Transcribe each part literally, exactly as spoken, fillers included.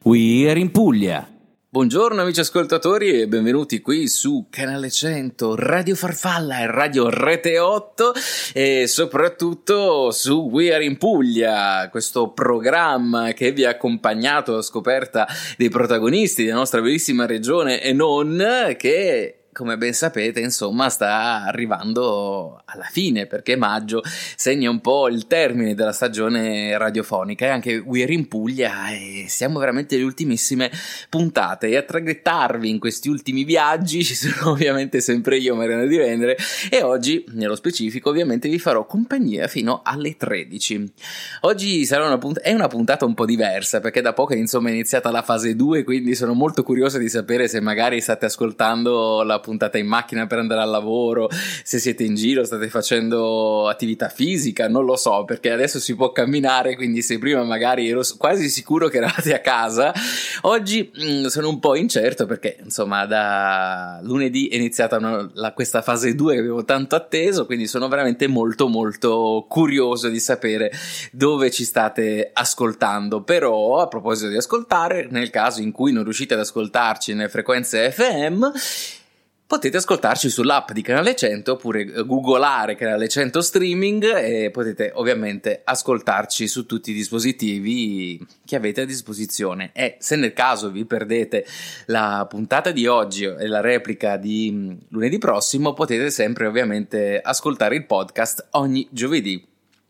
We Are in Puglia. Buongiorno amici ascoltatori e benvenuti qui su Canale cento, Radio Farfalla e Radio Rete otto e soprattutto su We Are in Puglia, questo programma che vi ha accompagnato alla scoperta dei protagonisti della nostra bellissima regione e non, che come ben sapete insomma sta arrivando alla fine, perché maggio segna un po' il termine della stagione radiofonica e anche We Are in Puglia e siamo veramente alle ultimissime puntate e a traghettarvi in questi ultimi viaggi ci sono ovviamente sempre io, Mariano Di Vendere, e oggi nello specifico ovviamente vi farò compagnia fino alle tredici. Oggi sarà una punt- è una puntata un po' diversa perché da poco insomma è iniziata la fase due, quindi sono molto curioso di sapere se magari state ascoltando la puntata in macchina per andare al lavoro, se siete in giro, state facendo attività fisica, non lo so, perché adesso si può camminare, quindi se prima magari ero quasi sicuro che eravate a casa, oggi mh, sono un po' incerto perché insomma da lunedì è iniziata una, la, questa fase due che avevo tanto atteso, quindi sono veramente molto molto curioso di sapere dove ci state ascoltando. Però a proposito di ascoltare, nel caso in cui non riuscite ad ascoltarci nelle frequenze F M, potete ascoltarci sull'app di Canale cento oppure googolare Canale cento Streaming e potete ovviamente ascoltarci su tutti i dispositivi che avete a disposizione. E se nel caso vi perdete la puntata di oggi e la replica di lunedì prossimo, potete sempre ovviamente ascoltare il podcast ogni giovedì,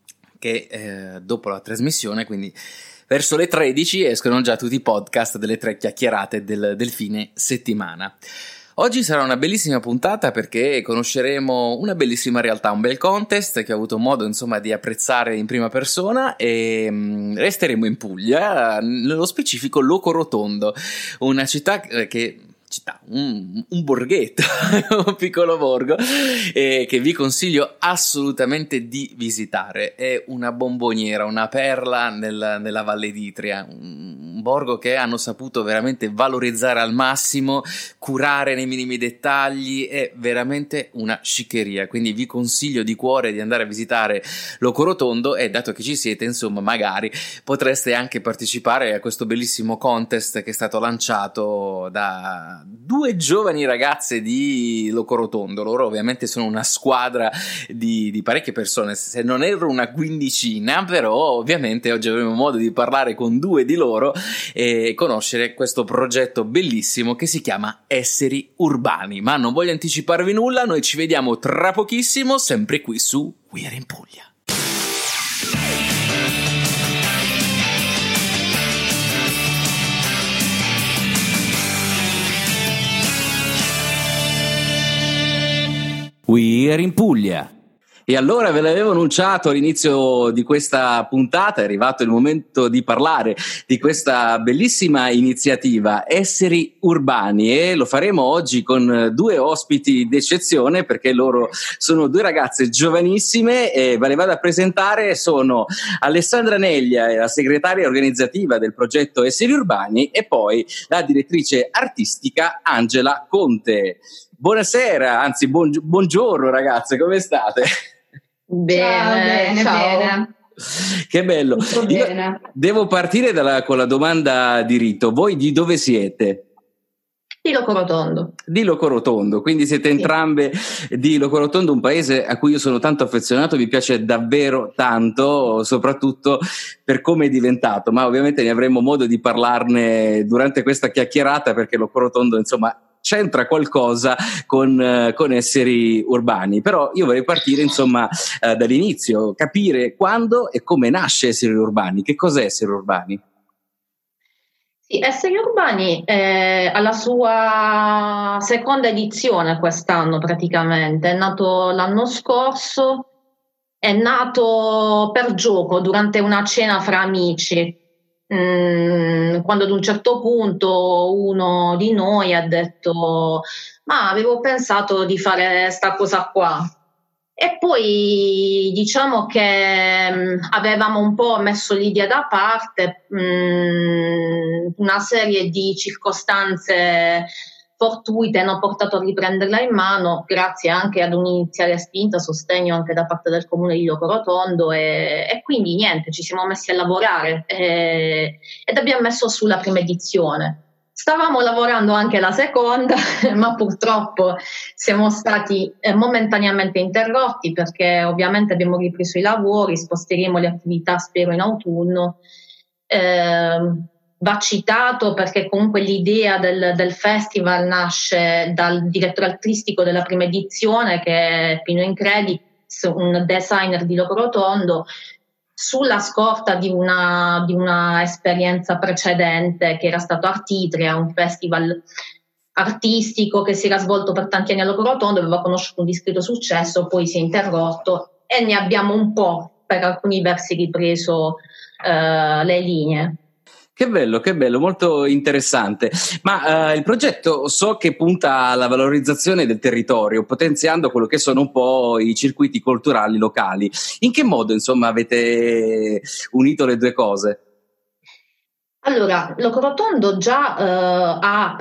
che eh, dopo la trasmissione, quindi verso le tredici, escono già tutti i podcast delle tre chiacchierate del, del fine settimana. Oggi sarà una bellissima puntata perché conosceremo una bellissima realtà, un bel contest che ho avuto modo insomma di apprezzare in prima persona e mh, resteremo in Puglia, nello specifico Locorotondo, una città che... città, un, un borghetto, un piccolo borgo eh, che vi consiglio assolutamente di visitare. È una bomboniera, una perla nel, nella Valle d'Itria, un, un borgo che hanno saputo veramente valorizzare al massimo, curare nei minimi dettagli, è veramente una sciccheria, quindi vi consiglio di cuore di andare a visitare Locorotondo e dato che ci siete insomma magari potreste anche partecipare a questo bellissimo contest che è stato lanciato da due giovani ragazze di Locorotondo. Loro ovviamente sono una squadra di, di parecchie persone, se non erro una quindicina, però ovviamente oggi avremo modo di parlare con due di loro e conoscere questo progetto bellissimo che si chiama Esseri Urbani. Ma non voglio anticiparvi nulla, noi ci vediamo tra pochissimo sempre qui su We Are in Puglia. We Are in Puglia. E allora ve l'avevo annunciato all'inizio di questa puntata, è arrivato il momento di parlare di questa bellissima iniziativa Esseri Urbani e lo faremo oggi con due ospiti d'eccezione perché loro sono due ragazze giovanissime e ve le vado a presentare. Sono Alessandra Neglia, la segretaria organizzativa del progetto Esseri Urbani, e poi la direttrice artistica Angela Conte. Buonasera, anzi buon, buongiorno ragazze, come state? Bene, ciao, bene, ciao. Bene. Che bello. Io devo partire dalla, con la domanda di rito. Voi di dove siete? Di Locorotondo. Di Locorotondo, quindi siete entrambe sì. Di Locorotondo, un paese a cui io sono tanto affezionato, mi piace davvero tanto, soprattutto per come è diventato, ma ovviamente ne avremo modo di parlarne durante questa chiacchierata perché Locorotondo insomma c'entra qualcosa con, uh, con Esseri Urbani. Però io vorrei partire insomma uh, dall'inizio, capire quando e come nasce Esseri Urbani. Che cos'è Esseri Urbani? Sì, Esseri Urbani è alla sua seconda edizione quest'anno praticamente, è nato l'anno scorso, è nato per gioco durante una cena fra amici. Mm, quando ad un certo punto uno di noi ha detto ma avevo pensato di fare sta cosa qua e poi diciamo che mh, avevamo un po' messo l'idea da parte, mh, una serie di circostanze fortuite hanno portato a riprenderla in mano grazie anche ad un'iniziale spinta, sostegno anche da parte del comune di Locorotondo e, e quindi niente, ci siamo messi a lavorare e, ed abbiamo messo su la prima edizione. Stavamo lavorando anche la seconda, ma purtroppo siamo stati eh, momentaneamente interrotti perché ovviamente abbiamo ripreso i lavori, sposteremo le attività spero in autunno. Eh, va citato perché comunque l'idea del, del festival nasce dal direttore artistico della prima edizione, che è Pino Incredits, un designer di Locorotondo, sulla scorta di una, di una esperienza precedente che era stato Artitria, un festival artistico che si era svolto per tanti anni a Locorotondo, aveva conosciuto un discreto successo, poi si è interrotto e ne abbiamo un po' per alcuni versi ripreso uh, le linee. Che bello, che bello, molto interessante. Ma uh, il progetto so che punta alla valorizzazione del territorio, potenziando quello che sono un po' i circuiti culturali locali. In che modo, insomma, avete unito le due cose? Allora, Locorotondo già uh,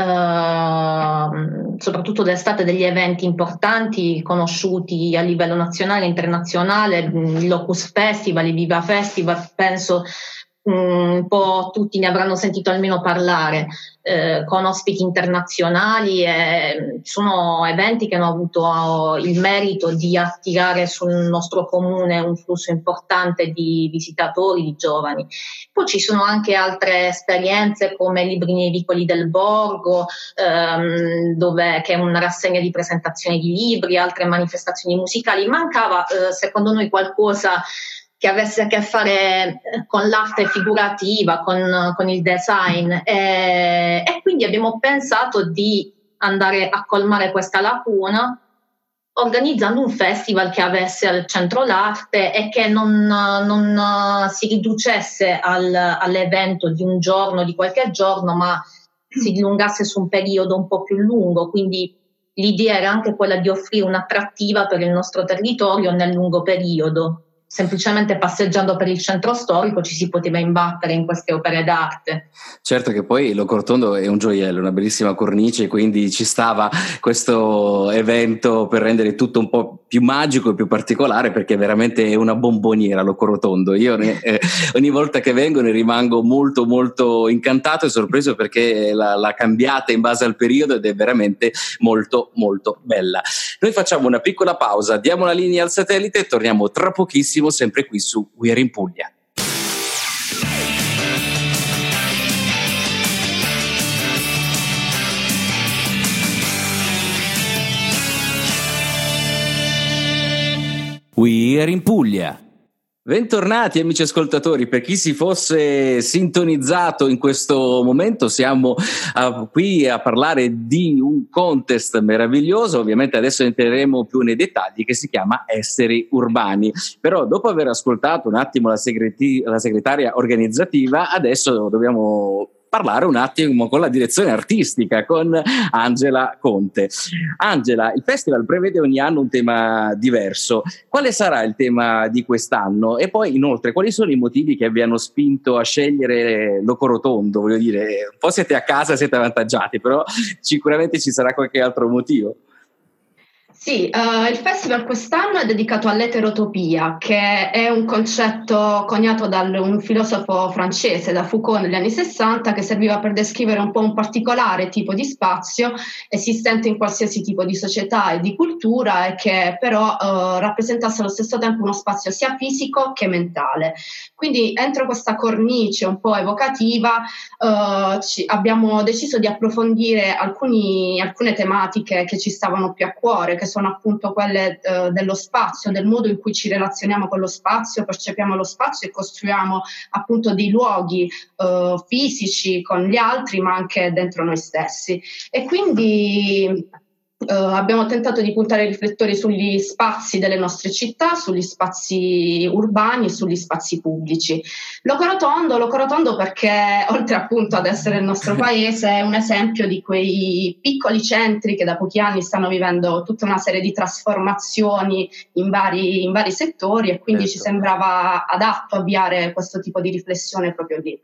ha, uh, soprattutto d'estate, degli eventi importanti conosciuti a livello nazionale e internazionale, il Locus Festival, il Viva Festival, penso un po' tutti ne avranno sentito almeno parlare, eh, con ospiti internazionali e sono eventi che hanno avuto il merito di attirare sul nostro comune un flusso importante di visitatori, di giovani. Poi ci sono anche altre esperienze come Libri nei vicoli del Borgo, ehm, dove, che è una rassegna di presentazione di libri, altre manifestazioni musicali. Mancava eh, secondo noi qualcosa che avesse a che fare con l'arte figurativa, con, con il design e, e quindi abbiamo pensato di andare a colmare questa lacuna organizzando un festival che avesse al centro l'arte e che non, non si riducesse al, all'evento di un giorno, di qualche giorno, ma si dilungasse su un periodo un po' più lungo, quindi l'idea era anche quella di offrire un'attrattiva per il nostro territorio nel lungo periodo. Semplicemente passeggiando per il centro storico ci si poteva imbattere in queste opere d'arte. Certo che poi Locorotondo è un gioiello, una bellissima cornice, quindi ci stava questo evento per rendere tutto un po' più magico e più particolare, perché veramente è una bomboniera Locorotondo. Io ne, eh, ogni volta che vengo ne rimango molto molto incantato e sorpreso perché la, la cambiata in base al periodo ed è veramente molto molto bella. Noi facciamo una piccola pausa, diamo la linea al satellite e torniamo tra pochissimo sempre qui su We Are in Puglia. We Are in Puglia. Bentornati amici ascoltatori, per chi si fosse sintonizzato in questo momento siamo uh, qui a parlare di un contest meraviglioso, ovviamente adesso entreremo più nei dettagli, che si chiama Esseri Urbani, però dopo aver ascoltato un attimo la, segreti- la segretaria organizzativa adesso dobbiamo parlare un attimo con la direzione artistica, con Angela Conte. Angela, il festival prevede ogni anno un tema diverso. Quale sarà il tema di quest'anno? E poi inoltre quali sono i motivi che vi hanno spinto a scegliere Locorotondo? Voglio dire, un po' siete a casa, siete avvantaggiati, però sicuramente ci sarà qualche altro motivo. Sì, uh, il festival quest'anno è dedicato all'eterotopia, che è un concetto coniato da un filosofo francese, da Foucault, negli anni sessanta, che serviva per descrivere un po' un particolare tipo di spazio esistente in qualsiasi tipo di società e di cultura e che però uh, rappresentasse allo stesso tempo uno spazio sia fisico che mentale. Quindi entro questa cornice un po' evocativa uh, ci, abbiamo deciso di approfondire alcuni, alcune tematiche che ci stavano più a cuore, che sono appunto quelle uh, dello spazio, del modo in cui ci relazioniamo con lo spazio, percepiamo lo spazio e costruiamo appunto dei luoghi uh, fisici con gli altri, ma anche dentro noi stessi. E quindi Uh, abbiamo tentato di puntare i riflettori sugli spazi delle nostre città, sugli spazi urbani e sugli spazi pubblici. Locorotondo, Locorotondo perché oltre appunto ad essere il nostro paese è un esempio di quei piccoli centri che da pochi anni stanno vivendo tutta una serie di trasformazioni in vari, in vari settori e quindi certo. Ci sembrava adatto avviare questo tipo di riflessione proprio lì.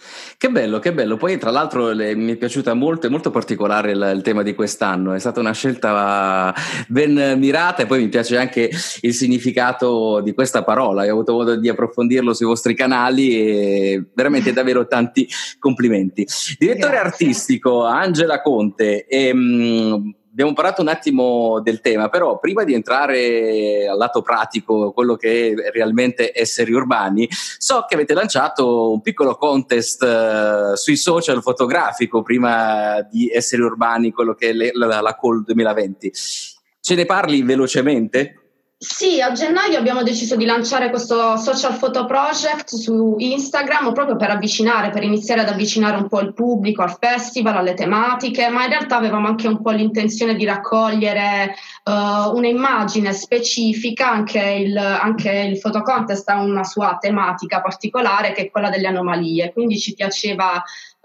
Che bello, che bello. Poi tra l'altro le, mi è piaciuta molto, è molto particolare il, il tema di quest'anno, è stata una scelta ben mirata e poi mi piace anche il significato di questa parola, ho avuto modo di approfondirlo sui vostri canali e veramente davvero tanti complimenti. Direttore Grazie. artistico Angela Conte, ehm, abbiamo parlato un attimo del tema, però prima di entrare al lato pratico, quello che è realmente esseri urbani, so che avete lanciato un piccolo contest uh, sui social fotografico prima di Esseri Urbani, quello che è le, la, la Call duemilaventi. Ce ne parli velocemente? Sì, a gennaio abbiamo deciso di lanciare questo social photo project su Instagram proprio per avvicinare, per iniziare ad avvicinare un po' il pubblico al festival, alle tematiche, ma in realtà avevamo anche un po' l'intenzione di raccogliere uh, un'immagine specifica, anche il, anche il photo contest ha una sua tematica particolare che è quella delle anomalie, quindi ci piaceva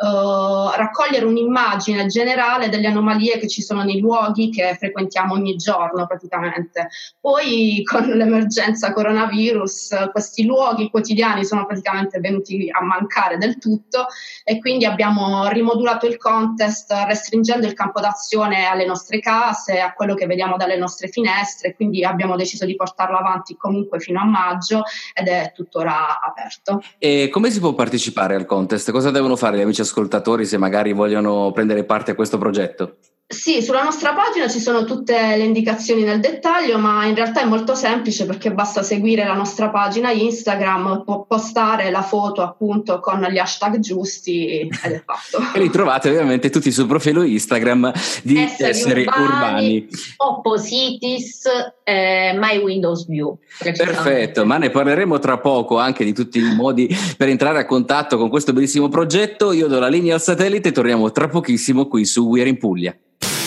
Uh, raccogliere un'immagine generale delle anomalie che ci sono nei luoghi che frequentiamo ogni giorno praticamente. Poi con l'emergenza coronavirus questi luoghi quotidiani sono praticamente venuti a mancare del tutto e quindi abbiamo rimodulato il contest restringendo il campo d'azione alle nostre case, a quello che vediamo dalle nostre finestre, quindi abbiamo deciso di portarlo avanti comunque fino a maggio ed è tuttora aperto. E come si può partecipare al contest? Cosa devono fare gli amici ascoltatori se magari vogliono prendere parte a questo progetto? Sì, sulla nostra pagina ci sono tutte le indicazioni nel dettaglio, ma in realtà è molto semplice perché basta seguire la nostra pagina Instagram, po- postare la foto appunto con gli hashtag giusti ed è fatto. E li trovate ovviamente tutti sul profilo Instagram di Esseri, Esseri Urbani, Urbani. Oppositis, eh, My Windows View. Perfetto, ma ne parleremo tra poco anche di tutti i modi per entrare a contatto con questo bellissimo progetto. Io do la linea al satellite e torniamo tra pochissimo qui su We Are in Puglia.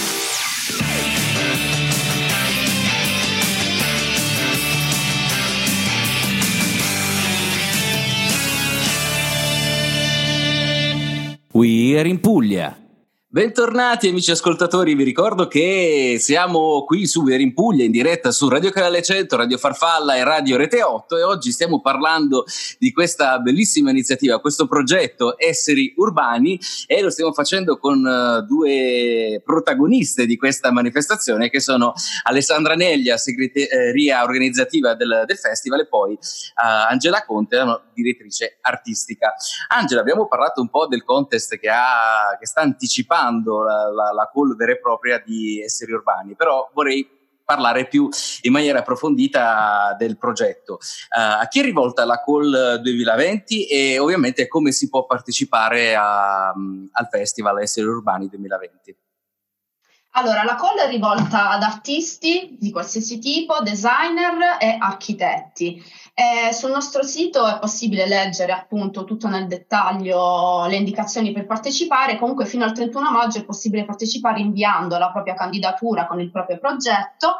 We Are in Puglia. Bentornati amici ascoltatori, vi ricordo che siamo qui su We Are in Puglia in diretta su Radio Canale cento, Radio Farfalla e Radio Rete otto e oggi stiamo parlando di questa bellissima iniziativa, questo progetto Esseri Urbani e lo stiamo facendo con uh, due protagoniste di questa manifestazione che sono Alessandra Neglia, segreteria organizzativa del, del festival e poi uh, Angela Conte, la direttrice artistica. Angela, abbiamo parlato un po' del contest che, ha, che sta anticipando La, la, la call vera e propria di Esseri Urbani, però vorrei parlare più in maniera approfondita del progetto. Uh, a chi è rivolta la call duemilaventi e ovviamente come si può partecipare a, um, al festival Esseri Urbani duemilaventi? Allora, la call è rivolta ad artisti di qualsiasi tipo, designer e architetti. Eh, sul nostro sito è possibile leggere appunto tutto nel dettaglio le indicazioni per partecipare. Comunque fino al trentuno maggio è possibile partecipare inviando la propria candidatura con il proprio progetto.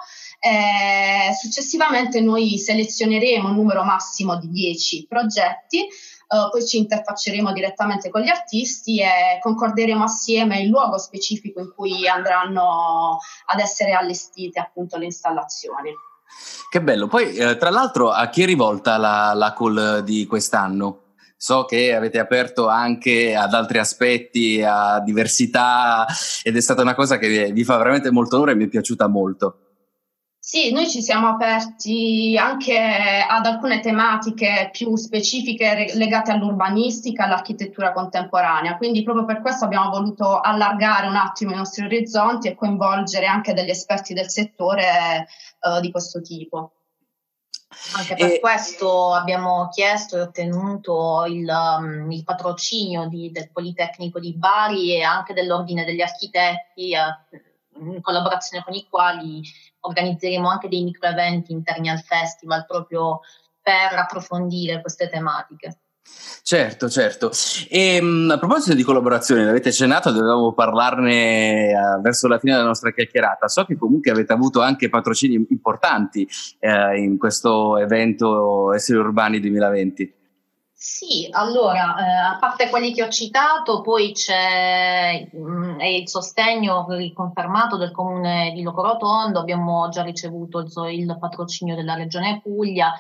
Eh, successivamente noi selezioneremo un numero massimo di dieci progetti. Uh, poi ci interfacceremo direttamente con gli artisti e concorderemo assieme il luogo specifico in cui andranno ad essere allestite appunto le installazioni. Che bello, poi eh, tra l'altro a chi è rivolta la, la call di quest'anno? So che avete aperto anche ad altri aspetti, a diversità ed è stata una cosa che vi fa veramente molto onore e mi è piaciuta molto. Sì, noi ci siamo aperti anche ad alcune tematiche più specifiche legate all'urbanistica, all'architettura contemporanea, quindi proprio per questo abbiamo voluto allargare un attimo i nostri orizzonti e coinvolgere anche degli esperti del settore uh, di questo tipo. Anche per e... questo abbiamo chiesto e ottenuto il, um, il patrocinio di, del Politecnico di Bari e anche dell'Ordine degli Architetti, eh, in collaborazione con i quali organizzeremo anche dei micro eventi interni al festival proprio per approfondire queste tematiche. Certo, certo. E mh, a proposito di collaborazione, l'avete accennato, dovevamo parlarne uh, verso la fine della nostra chiacchierata. So che comunque avete avuto anche patrocini importanti uh, in questo evento Esseri Urbani duemilaventi. Sì, allora, eh, a parte quelli che ho citato, poi c'è mh, è il sostegno riconfermato del Comune di Locorotondo, abbiamo già ricevuto il, il patrocinio della Regione Puglia,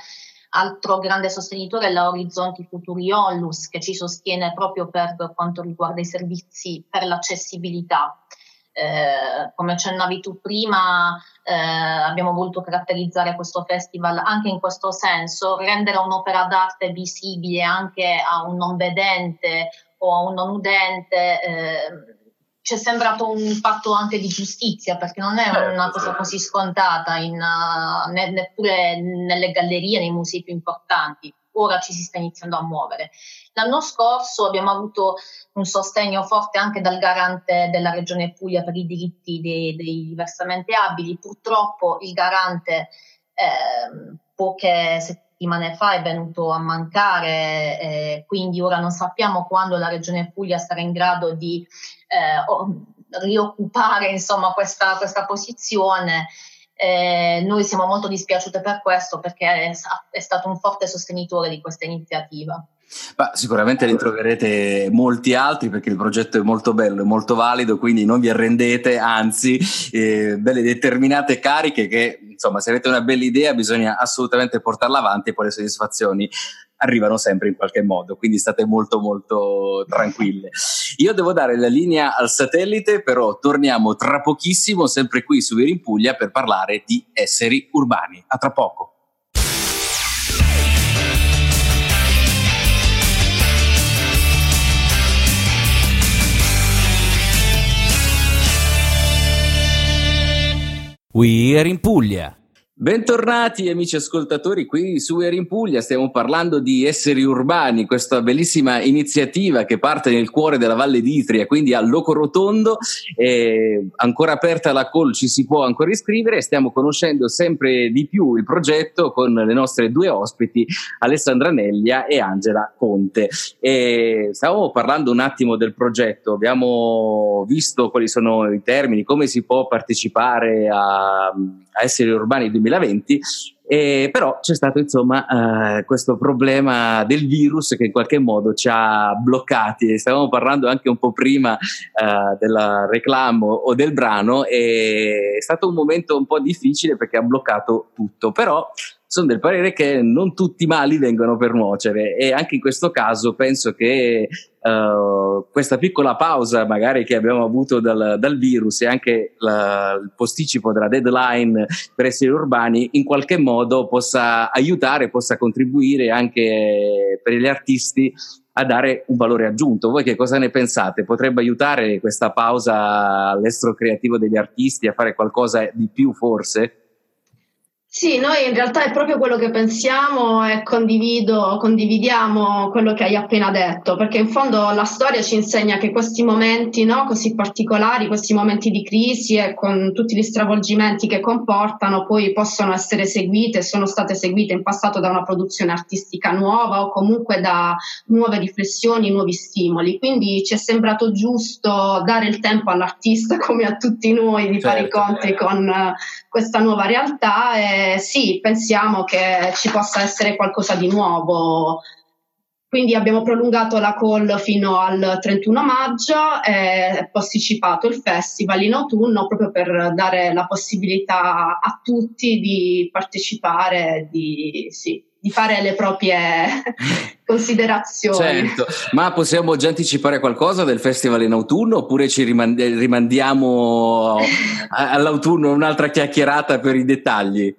Altro grande sostenitore è la Orizzonti Futuri Onlus, che ci sostiene proprio per quanto riguarda i servizi per l'accessibilità. Eh, come accennavi tu prima, eh, abbiamo voluto caratterizzare questo festival anche in questo senso, rendere un'opera d'arte visibile anche a un non vedente o a un non udente. Eh, ci è sembrato un fatto anche di giustizia, perché non è una cosa così scontata in, uh, ne, neppure nelle gallerie, nei musei più importanti. Ora ci si sta iniziando a muovere. L'anno scorso abbiamo avuto un sostegno forte anche dal garante della Regione Puglia per i diritti dei, dei diversamente abili. Purtroppo il garante eh, poche settimane fa è venuto a mancare, eh, quindi ora non sappiamo quando la Regione Puglia sarà in grado di eh, rioccupare insomma questa, questa posizione. Eh, noi siamo molto dispiaciute per questo, perché è, è stato un forte sostenitore di questa iniziativa. Ma sicuramente ne troverete molti altri, perché il progetto è molto bello, è molto valido, quindi non vi arrendete, anzi eh, belle determinate cariche che insomma, se avete una bella idea bisogna assolutamente portarla avanti e poi le soddisfazioni arrivano sempre in qualche modo, quindi state molto molto tranquille. Io devo dare la linea al satellite, però torniamo tra pochissimo sempre qui su We Are in Puglia per parlare di esseri urbani. A tra poco. We Are in Puglia. Bentornati amici ascoltatori qui su We Are in Puglia, stiamo parlando di esseri urbani, questa bellissima iniziativa che parte nel cuore della Valle d'Itria, quindi a Locorotondo, è ancora aperta la call, ci si può ancora iscrivere, stiamo conoscendo sempre di più il progetto con le nostre due ospiti, Alessandra Neglia e Angela Conte. E stavamo parlando un attimo del progetto, abbiamo visto quali sono i termini, come si può partecipare a, a esseri urbani duemilaventi, eh, però c'è stato insomma eh, questo problema del virus che in qualche modo ci ha bloccati. Stavamo parlando anche un po' prima eh, del reclamo o del brano, e è stato un momento un po' difficile perché ha bloccato tutto, però sono del parere che non tutti i mali vengono per nuocere, e anche in questo caso penso che uh, questa piccola pausa magari che abbiamo avuto dal, dal virus e anche la, il posticipo della deadline per esseri urbani in qualche modo possa aiutare, possa contribuire anche per gli artisti a dare un valore aggiunto. Voi che cosa ne pensate? Potrebbe aiutare questa pausa all'estero creativo degli artisti a fare qualcosa di più forse? Sì, noi in realtà è proprio quello che pensiamo e condivido, condividiamo quello che hai appena detto, perché in fondo la storia ci insegna che questi momenti, no, così particolari, questi momenti di crisi e con tutti gli stravolgimenti che comportano, poi possono essere seguite, sono state seguite in passato da una produzione artistica nuova o comunque da nuove riflessioni, nuovi stimoli. Quindi ci è sembrato giusto dare il tempo all'artista, come a tutti noi, di fare i conti con uh, questa nuova realtà. E sì, pensiamo che ci possa essere qualcosa di nuovo, quindi abbiamo prolungato la call fino al trentuno maggio e posticipato il festival in autunno proprio per dare la possibilità a tutti di partecipare, di, sì, di fare le proprie considerazioni. Certo, ma possiamo già anticipare qualcosa del festival in autunno, oppure ci rimand- rimandiamo all'autunno un'altra chiacchierata per i dettagli?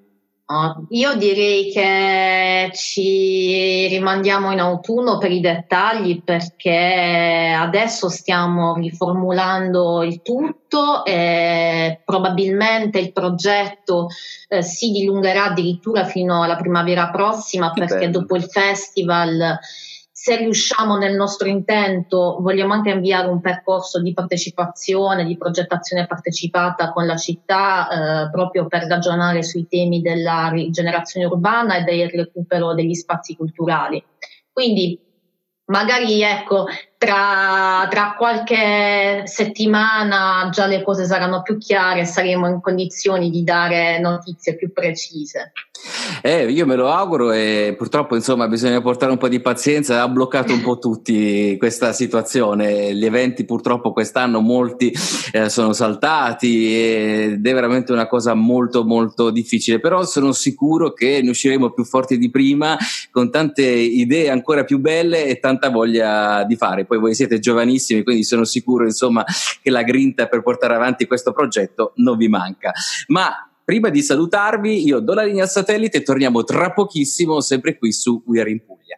Io direi che ci rimandiamo in autunno per i dettagli, perché adesso stiamo riformulando il tutto e probabilmente il progetto eh, si dilungherà addirittura fino alla primavera prossima, Che perché bello. Dopo il festival, se riusciamo nel nostro intento, vogliamo anche avviare un percorso di partecipazione, di progettazione partecipata con la città, eh, proprio per ragionare sui temi della rigenerazione urbana e del recupero degli spazi culturali. Quindi magari ecco, tra, tra qualche settimana già le cose saranno più chiare e saremo in condizioni di dare notizie più precise. Eh, io me lo auguro e purtroppo insomma bisogna portare un po' di pazienza, ha bloccato un po' tutti questa situazione, gli eventi purtroppo quest'anno molti eh, sono saltati ed è veramente una cosa molto molto difficile, però sono sicuro che ne usciremo più forti di prima, con tante idee ancora più belle e tanta voglia di fare. Poi voi siete giovanissimi, quindi sono sicuro insomma che la grinta per portare avanti questo progetto non vi manca. Ma prima di salutarvi, io do la linea al satellite e torniamo tra pochissimo, sempre qui su We Are in Puglia.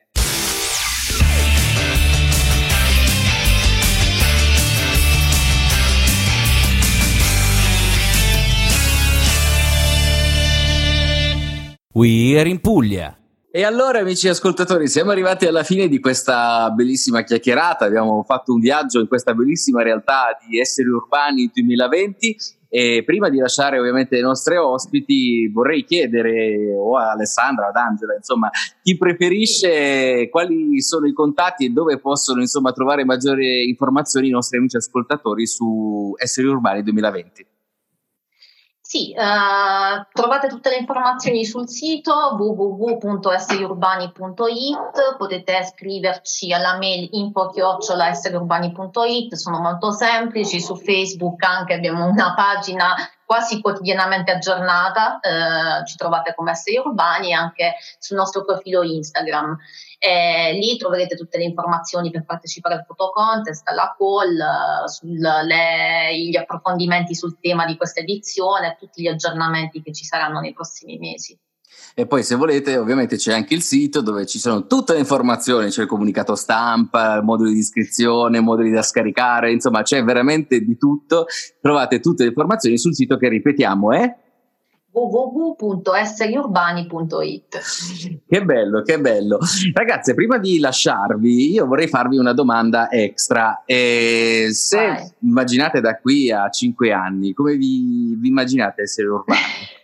We Are in Puglia. E allora, amici ascoltatori, siamo arrivati alla fine di questa bellissima chiacchierata. Abbiamo fatto un viaggio in questa bellissima realtà di Esseri Urbani duemilaventi. E prima di lasciare ovviamente le nostre ospiti, vorrei chiedere o a Alessandra, ad Angela, insomma, chi preferisce, quali sono i contatti e dove possono insomma trovare maggiori informazioni i nostri amici ascoltatori su Esseri Urbani duemilaventi. Sì, uh, trovate tutte le informazioni sul sito w w w punto esseri urbani punto i t, potete scriverci alla mail info chiocciola esseri urbani punto i t, sono molto semplici, su Facebook anche abbiamo una pagina quasi quotidianamente aggiornata, eh, ci trovate come Esseri Urbani e anche sul nostro profilo Instagram. E lì troverete tutte le informazioni per partecipare al fotocontest, alla call, gli approfondimenti sul tema di questa edizione, tutti gli aggiornamenti che ci saranno nei prossimi mesi. E poi se volete ovviamente c'è anche il sito dove ci sono tutte le informazioni, c'è il comunicato stampa, moduli di iscrizione, moduli da scaricare, insomma c'è veramente di tutto, trovate tutte le informazioni sul sito che ripetiamo è w w w punto esseri urbani punto i t. Che bello, che bello. Ragazze, prima di lasciarvi io vorrei farvi una domanda extra. E se Vai. immaginate da qui a cinque anni, come vi, vi immaginate Esseri Urbani?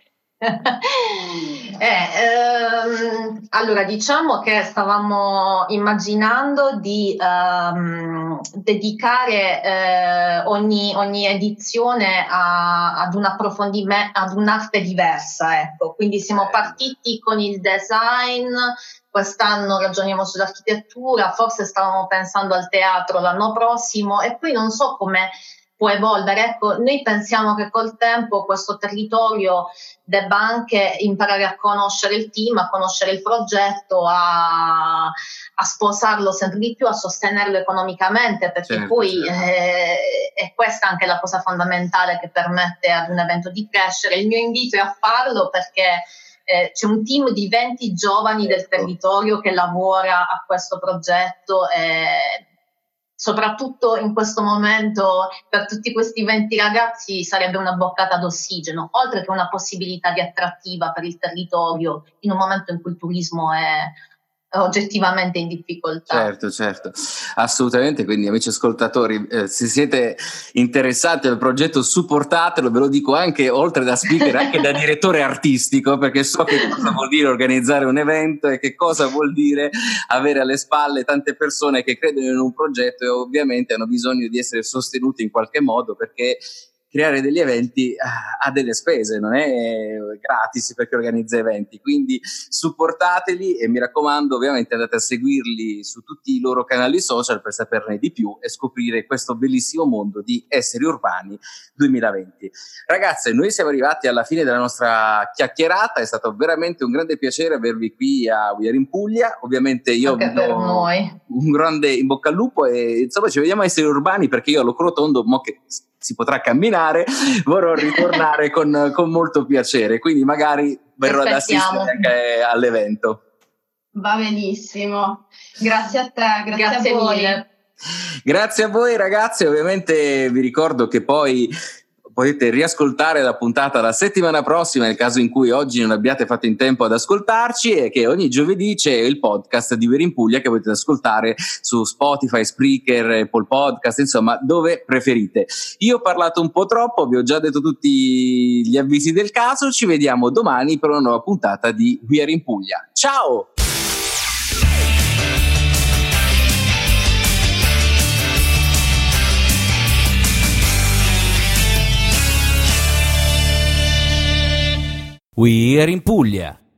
eh, ehm, allora diciamo che stavamo immaginando di ehm, dedicare eh, ogni, ogni edizione a, ad un approfondimento, ad un'arte diversa, ecco. Quindi siamo partiti con il design, quest'anno ragioniamo sull'architettura, forse stavamo pensando al teatro l'anno prossimo e poi non so come può evolvere. Ecco, noi pensiamo che col tempo questo territorio debba anche imparare a conoscere il team, a conoscere il progetto, a, a sposarlo sempre di più, a sostenerlo economicamente, perché certo, poi certo. Eh, è questa anche la cosa fondamentale che permette ad un evento di crescere. Il mio invito è a farlo perché eh, c'è un team di venti giovani certo. del territorio che lavora a questo progetto e soprattutto in questo momento per tutti questi venti ragazzi sarebbe una boccata d'ossigeno, oltre che una possibilità di attrattiva per il territorio in un momento in cui il turismo è oggettivamente in difficoltà. Certo, certo, assolutamente. Quindi amici ascoltatori, eh, se siete interessati al progetto supportatelo, ve lo dico anche oltre da speaker, anche da direttore artistico, perché so che cosa vuol dire organizzare un evento e che cosa vuol dire avere alle spalle tante persone che credono in un progetto e ovviamente hanno bisogno di essere sostenuti in qualche modo, perché creare degli eventi ha delle spese, non è gratis perché organizza eventi, quindi supportateli e mi raccomando ovviamente andate a seguirli su tutti i loro canali social per saperne di più e scoprire questo bellissimo mondo di Esseri Urbani duemilaventi. Ragazze, noi siamo arrivati alla fine della nostra chiacchierata, è stato veramente un grande piacere avervi qui a We Are in Puglia, ovviamente io anche vi do per noi. Un grande in bocca al lupo e insomma ci vediamo a Esseri Urbani, perché io allo Crotondo mo che si potrà camminare, vorrò ritornare con, con molto piacere, quindi magari verrò ad assistere anche all'evento. Va benissimo, grazie a te, grazie, grazie a voi. Mille. Grazie a voi ragazzi, ovviamente vi ricordo che poi potete riascoltare la puntata la settimana prossima nel caso in cui oggi non abbiate fatto in tempo ad ascoltarci, e che ogni giovedì c'è il podcast di We Are in Puglia che potete ascoltare su Spotify, Spreaker, Apple Podcast, insomma dove preferite. Io ho parlato un po' troppo, vi ho già detto tutti gli avvisi del caso, ci vediamo domani per una nuova puntata di We Are in Puglia. Ciao! We Are in Puglia.